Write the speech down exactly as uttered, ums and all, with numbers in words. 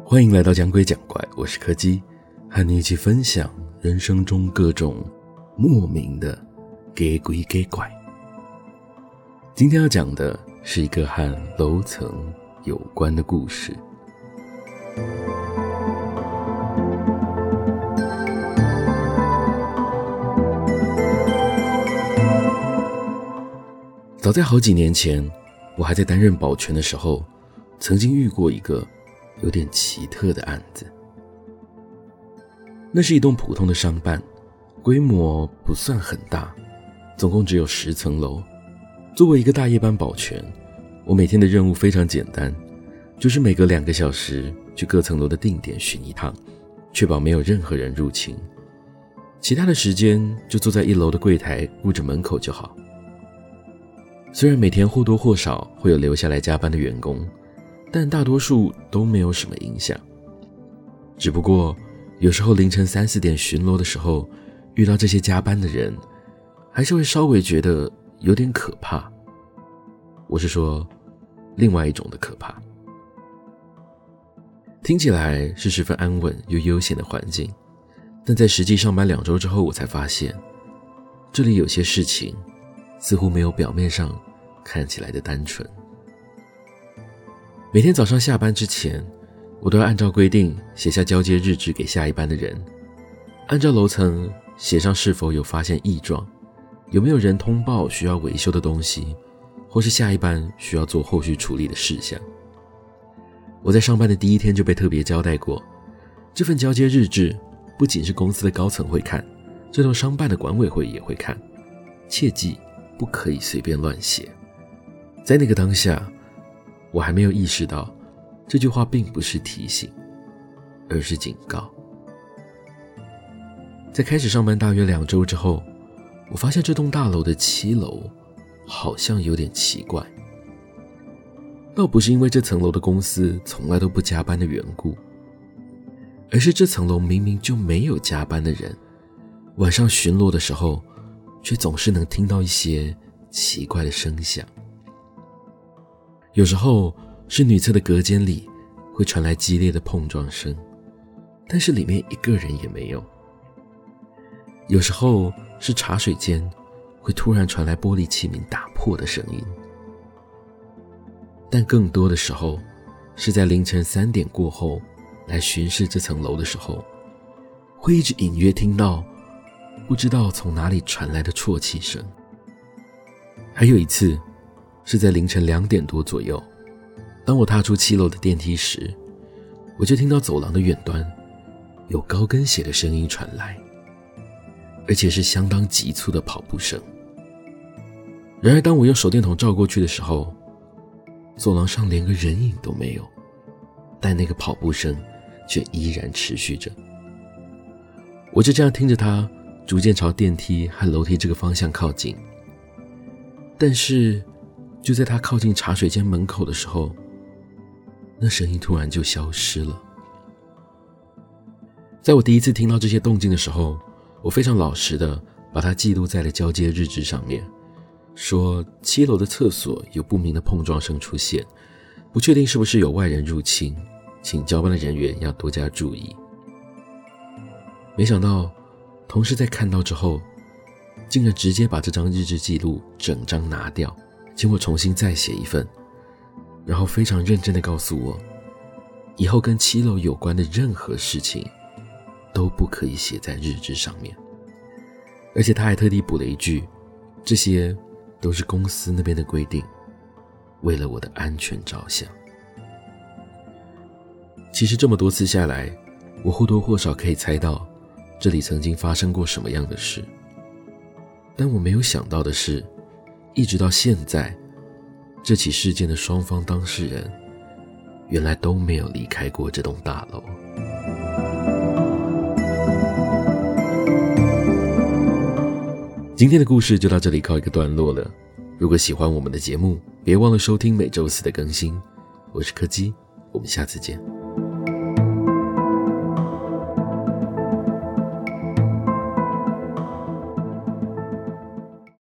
欢迎来到讲鬼讲怪，我是柯基，和你一起分享人生中各种莫名的给鬼给怪。今天要讲的是一个和楼层有关的故事。早在好几年前，我还在担任保全的时候，曾经遇过一个有点奇特的案子。那是一栋普通的商办，规模不算很大，总共只有十层楼。作为一个大夜班保全，我每天的任务非常简单，就是每隔两个小时去各层楼的定点巡一趟，确保没有任何人入侵。其他的时间就坐在一楼的柜台顾着门口就好。虽然每天或多或少会有留下来加班的员工，但大多数都没有什么影响。只不过有时候凌晨三四点巡逻的时候，遇到这些加班的人，还是会稍微觉得有点可怕。我是说另外一种的可怕。听起来是十分安稳又悠闲的环境，但在实际上班两周之后，我才发现这里有些事情似乎没有表面上看起来的单纯。每天早上下班之前，我都要按照规定写下交接日志给下一班的人，按照楼层写上是否有发现异状，有没有人通报需要维修的东西，或是下一班需要做后续处理的事项。我在上班的第一天就被特别交代过，这份交接日志不仅是公司的高层会看，这栋商办的管委会也会看，切记不可以随便乱写。在那个当下，我还没有意识到这句话并不是提醒，而是警告。在开始上班大约两周之后，我发现这栋大楼的七楼好像有点奇怪。倒不是因为这层楼的公司从来都不加班的缘故，而是这层楼明明就没有加班的人，晚上巡逻的时候却总是能听到一些奇怪的声响。有时候是女厕的隔间里会传来激烈的碰撞声，但是里面一个人也没有。有时候是茶水间会突然传来玻璃器皿打破的声音，但更多的时候是在凌晨三点过后来巡视这层楼的时候，会一直隐约听到不知道从哪里传来的啜泣声。还有一次是在凌晨两点多左右，当我踏出七楼的电梯时，我就听到走廊的远端有高跟鞋的声音传来，而且是相当急促的跑步声。然而当我用手电筒照过去的时候，走廊上连个人影都没有，但那个跑步声却依然持续着。我就这样听着它逐渐朝电梯和楼梯这个方向靠近，但是就在它靠近茶水间门口的时候，那声音突然就消失了。在我第一次听到这些动静的时候，我非常老实的把它记录在了交接日志上面，说七楼的厕所有不明的碰撞声出现，不确定是不是有外人入侵，请交班的人员要多加注意。没想到同事在看到之后，竟然直接把这张日志记录整张拿掉，请我重新再写一份，然后非常认真地告诉我，以后跟七楼有关的任何事情都不可以写在日志上面。而且他还特地补了一句，这些都是公司那边的规定，为了我的安全着想。其实这么多次下来，我或多或少可以猜到这里曾经发生过什么样的事，但我没有想到的是，一直到现在，这起事件的双方当事人原来都没有离开过这栋大楼。今天的故事就到这里告一个段落了。如果喜欢我们的节目，别忘了收听每周四的更新。我是柯基，我们下次见。